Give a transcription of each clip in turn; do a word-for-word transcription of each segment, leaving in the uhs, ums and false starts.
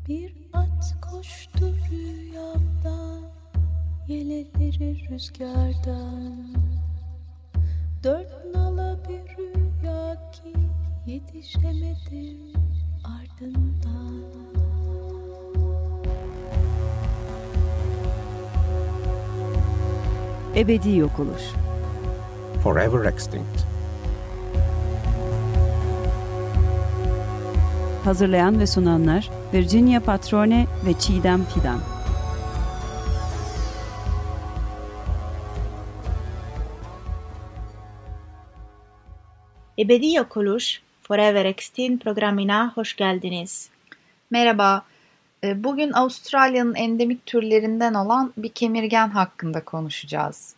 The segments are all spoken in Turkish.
Bir at koştu rüyamda, yeleleri rüzgardan. Dört nala bir rüya ki yetişemedim ardından. Ebedi yok oluş. Forever extinct. Hazırlayan ve sunanlar Virginia Patrone ve Çiğdem Fidan. Ebedi Yok Oluş, Forever Extinct programına hoş geldiniz. Merhaba, bugün Avustralya'nın endemik türlerinden olan bir kemirgen hakkında konuşacağız.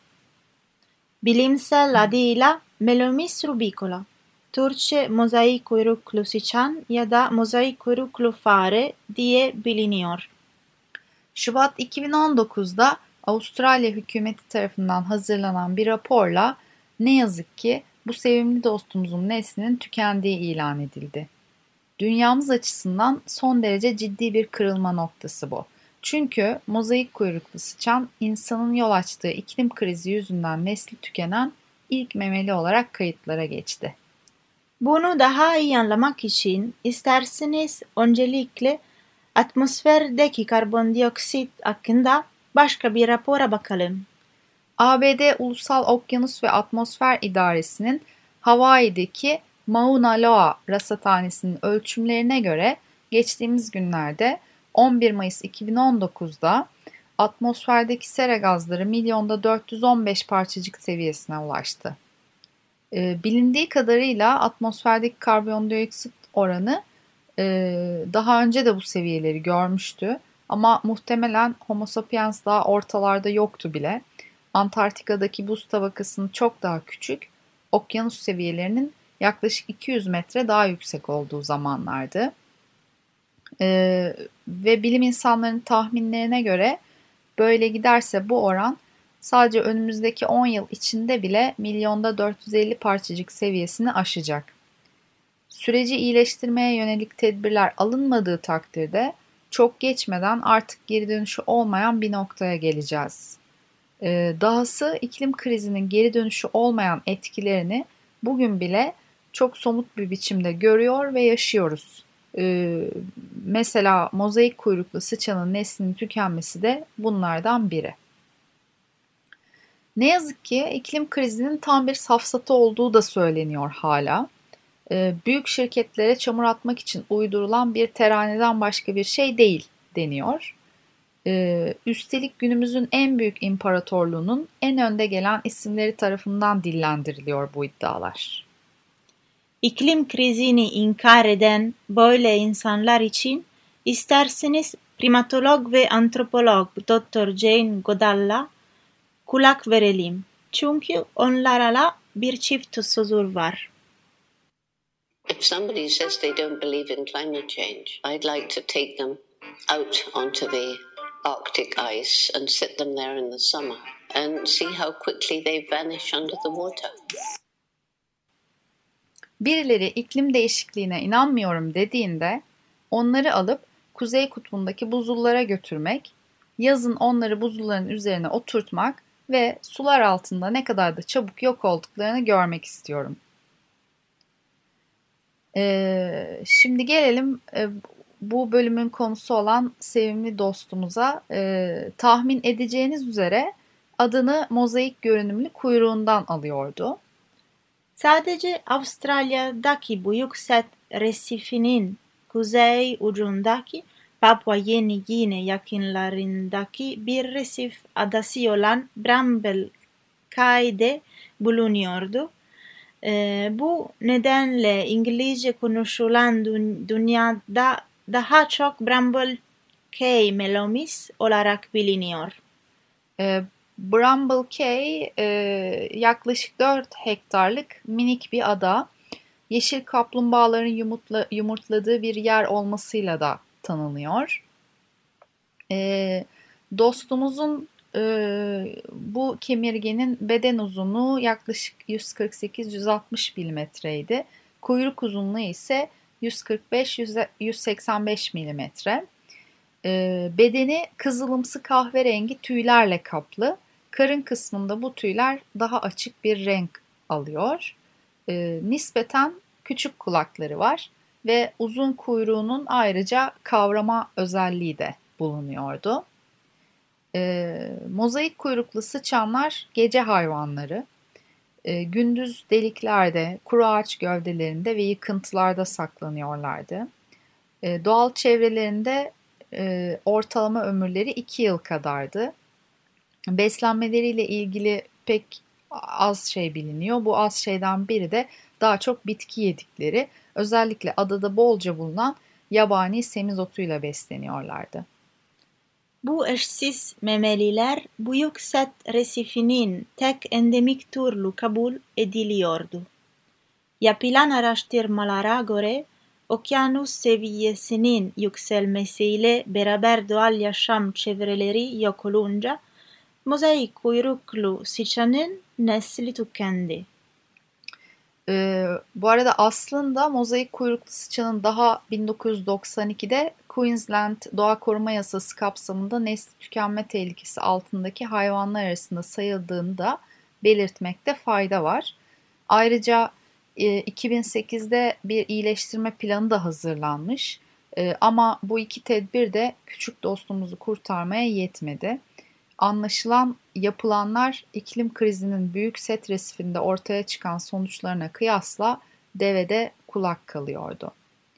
Bilimsel adıyla Melomys rubicola, Türkçe mozaik kuyruklu sıçan ya da mozaik kuyruklu fare diye biliniyor. Şubat iki bin on dokuzda Avustralya hükümeti tarafından hazırlanan bir raporla ne yazık ki bu sevimli dostumuzun neslinin tükendiği ilan edildi. Dünyamız açısından son derece ciddi bir kırılma noktası bu. Çünkü mozaik kuyruklu sıçan insanın yol açtığı iklim krizi yüzünden nesli tükenen ilk memeli olarak kayıtlara geçti. Bunu daha iyi anlamak için isterseniz öncelikle atmosferdeki karbondioksit hakkında başka bir rapora bakalım. A B D Ulusal Okyanus ve Atmosfer İdaresi'nin Hawaii'deki Mauna Loa rasathanesinin ölçümlerine göre geçtiğimiz günlerde on bir Mayıs iki bin on dokuzda atmosferdeki sera gazları milyonda dört yüz on beş parçacık seviyesine ulaştı. E, bilindiği kadarıyla atmosferdeki karbondioksit oranı e, daha önce de bu seviyeleri görmüştü ama muhtemelen Homo sapiens daha ortalarda yoktu bile. Antarktika'daki buz tabakasının çok daha küçük, okyanus seviyelerinin yaklaşık iki yüz metre daha yüksek olduğu zamanlardı. Ee, ve bilim insanlarının tahminlerine göre böyle giderse bu oran sadece önümüzdeki on yıl içinde bile milyonda dört yüz elli parçacık seviyesini aşacak. Süreci iyileştirmeye yönelik tedbirler alınmadığı takdirde çok geçmeden artık geri dönüşü olmayan bir noktaya geleceğiz. Ee, dahası iklim krizinin geri dönüşü olmayan etkilerini bugün bile çok somut bir biçimde görüyor ve yaşıyoruz. Ee, mesela mozaik kuyruklu sıçanın neslinin tükenmesi de bunlardan biri. Ne yazık ki iklim krizinin tam bir safsata olduğu da söyleniyor hala. Ee, büyük şirketlere çamur atmak için uydurulan bir teraneden başka bir şey değil deniyor. Ee, üstelik günümüzün en büyük imparatorluğunun en önde gelen isimleri tarafından dillendiriliyor bu iddialar. İklim krizini inkar eden böyle insanlar için isterseniz primatolog ve antropolog doktor Jane Goodall'a kulak verelim. Çünkü onlarla bir çift sözü var. If somebody says they don't believe in climate change, I'd like to take them out onto the Arctic ice and sit them there in the summer and see how quickly they vanish under the water. Birileri iklim değişikliğine inanmıyorum dediğinde onları alıp Kuzey Kutbu'ndaki buzullara götürmek, yazın onları buzulların üzerine oturtmak ve sular altında ne kadar da çabuk yok olduklarını görmek istiyorum. Ee, şimdi gelelim e, bu bölümün konusu olan sevimli dostumuza. Ee, tahmin edeceğiniz üzere adını mozaik görünümlü kuyruğundan alıyordu. Sadece Avustralya'daki büyük set resifinin kuzey ucundaki Papua Yeni Gine yakınlarındaki bir resif adası olan Bramble Cay'de bulunuyordu. Ee, bu nedenle İngilizce konuşulan dü- dünyada daha çok Bramble Cay Melomys olarak biliniyor. Ee, Bramble Cay e, yaklaşık dört hektarlık minik bir ada. Yeşil kaplumbağaların yumurtla, yumurtladığı bir yer olmasıyla da tanınıyor. E, dostumuzun e, bu kemirgenin beden uzunluğu yaklaşık yüz kırk sekiz yüz altmış milimetreydi. Kuyruk uzunluğu ise yüz kırk beş yüz seksen beş milimetre. E, bedeni kızılımsı kahverengi tüylerle kaplı. Karın kısmında bu tüyler daha açık bir renk alıyor. E, nispeten küçük kulakları var ve uzun kuyruğunun ayrıca kavrama özelliği de bulunuyordu. E, mozaik kuyruklu sıçanlar gece hayvanları. E, gündüz deliklerde, kuru ağaç gövdelerinde ve yıkıntılarda saklanıyorlardı. E, doğal çevrelerinde e, ortalama ömürleri iki yıl kadardı. Beslenmeleriyle ilgili pek az şey biliniyor. Bu az şeyden biri de daha çok bitki yedikleri, özellikle adada bolca bulunan yabani semizotuyla besleniyorlardı. Bu eşsiz memeliler Büyük Set resifinin tek endemik türlü kabul ediliyordu. Yapılan araştırmalara göre okyanus seviyesinin yükselmesiyle beraber doğal yaşam çevreleri yok olunca mozaik kuyruklu sıçanın nesli tükendi. Ee, bu arada aslında mozaik kuyruklu sıçanın daha bin dokuz yüz doksan ikide Queensland Doğa Koruma Yasası kapsamında nesli tükenme tehlikesi altındaki hayvanlar arasında sayıldığını da belirtmekte fayda var. Ayrıca e, iki bin sekizde bir iyileştirme planı da hazırlanmış. E, ama bu iki tedbir de küçük dostumuzu kurtarmaya yetmedi. Anlaşılan yapılanlar iklim krizinin Büyük Set resifinde ortaya çıkan sonuçlarına kıyasla devede kulak kalıyordu.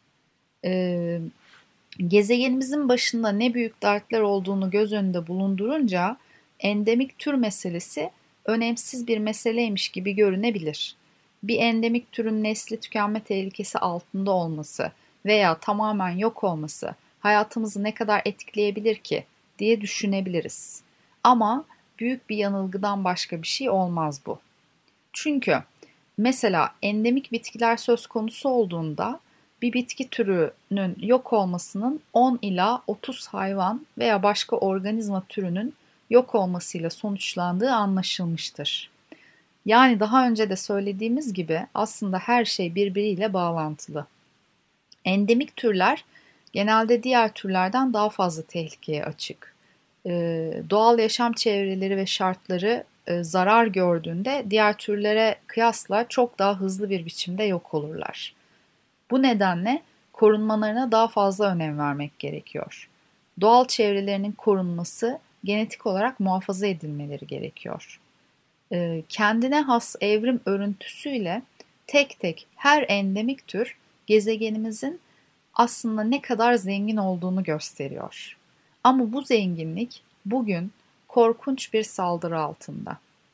Ee, gezegenimizin başında ne büyük dertler olduğunu göz önünde bulundurunca endemik tür meselesi önemsiz bir meseleymiş gibi görünebilir. Bir endemik türün nesli tükenme tehlikesi altında olması veya tamamen yok olması hayatımızı ne kadar etkileyebilir ki diye düşünebiliriz. Ama büyük bir yanılgıdan başka bir şey olmaz bu. Çünkü mesela endemik bitkiler söz konusu olduğunda bir bitki türünün yok olmasının on ila otuz hayvan veya başka organizma türünün yok olmasıyla sonuçlandığı anlaşılmıştır. Yani daha önce de söylediğimiz gibi aslında her şey birbiriyle bağlantılı. Endemik türler genelde diğer türlerden daha fazla tehlikeye açık. Ee, doğal yaşam çevreleri ve şartları e, zarar gördüğünde diğer türlere kıyasla çok daha hızlı bir biçimde yok olurlar. Bu nedenle korunmalarına daha fazla önem vermek gerekiyor. Doğal çevrelerinin korunması, genetik olarak muhafaza edilmeleri gerekiyor. Ee, kendine has evrim örüntüsüyle tek tek her endemik tür gezegenimizin aslında ne kadar zengin olduğunu gösteriyor. Ama bu zenginlik bugün korkunç bir saldırı altında.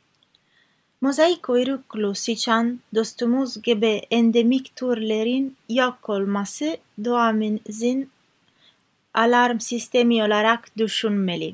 Mozaik kuyruklu sıçan dostumuz gibi endemik türlerin yok olması doğamızın alarm sistemi olarak düşünmeli.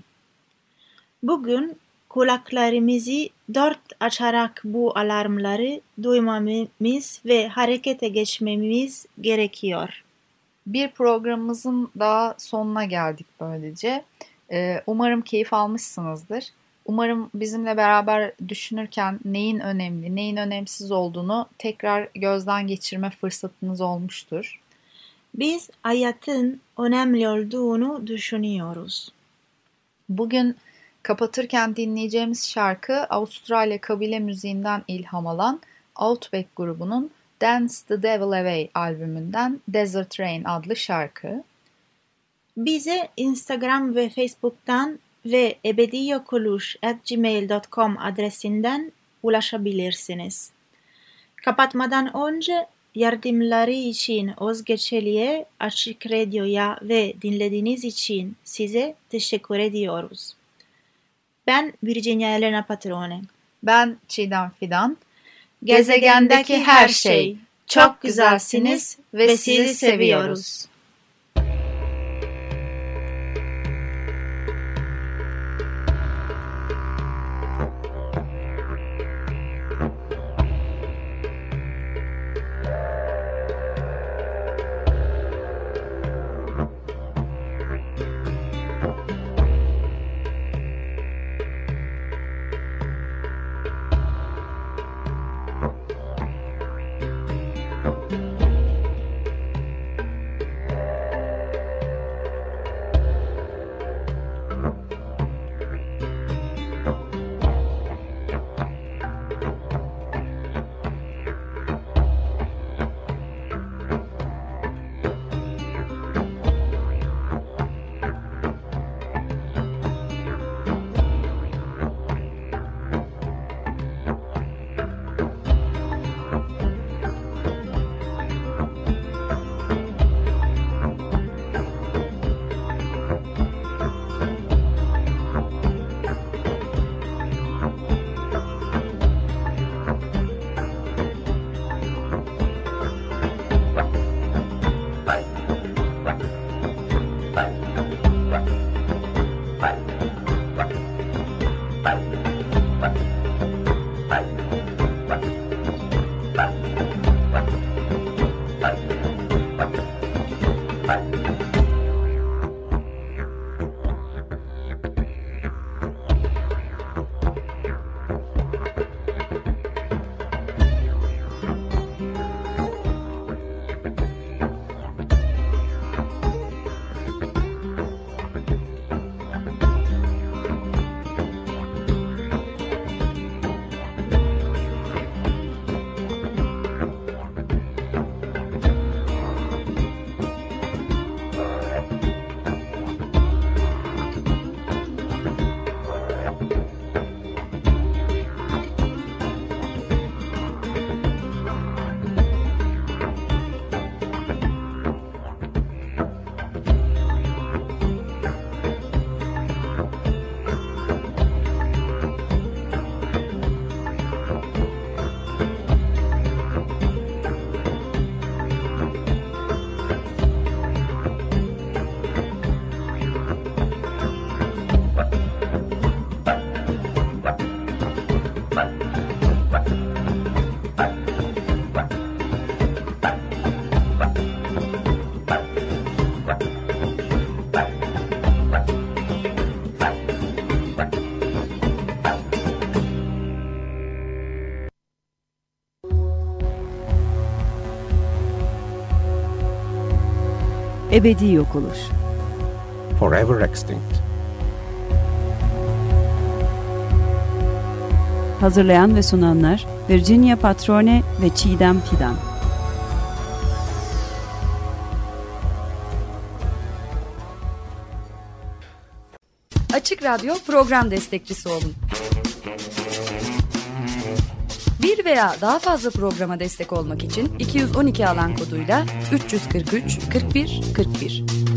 Bugün kulaklarımızı dört açarak bu alarmları duymamız ve harekete geçmemiz gerekiyor. Bir programımızın daha sonuna geldik böylece. Umarım keyif almışsınızdır. Umarım bizimle beraber düşünürken neyin önemli, neyin önemsiz olduğunu tekrar gözden geçirme fırsatınız olmuştur. Biz hayatın önemli olduğunu düşünüyoruz. Bugün kapatırken dinleyeceğimiz şarkı Avustralya kabile müziğinden ilham alan Outback grubunun Dance the Devil Away albümünden Desert Rain adlı şarkı. Bize Instagram ve Facebook'tan ve ebediyokuluş at gmail dot com adresinden ulaşabilirsiniz. Kapatmadan önce yardımları için Özge Çelik'e, Açık Radyo'ya ve dinlediğiniz için size teşekkür ediyoruz. Ben Virginia Elena Patrone. Ben Çiğdem Fidan. Gezegendeki her şey. Çok güzelsiniz ve sizi seviyoruz. Ebedi yok oluş. Forever extinct. Hazırlayan ve sunanlar Virginia Patrone ve Çiğdem Fidan. Açık Radyo program destekçisi olun. Bir veya daha fazla programa destek olmak için iki yüz on iki alan koduyla üç yüz kırk üç kırk bir kırk bir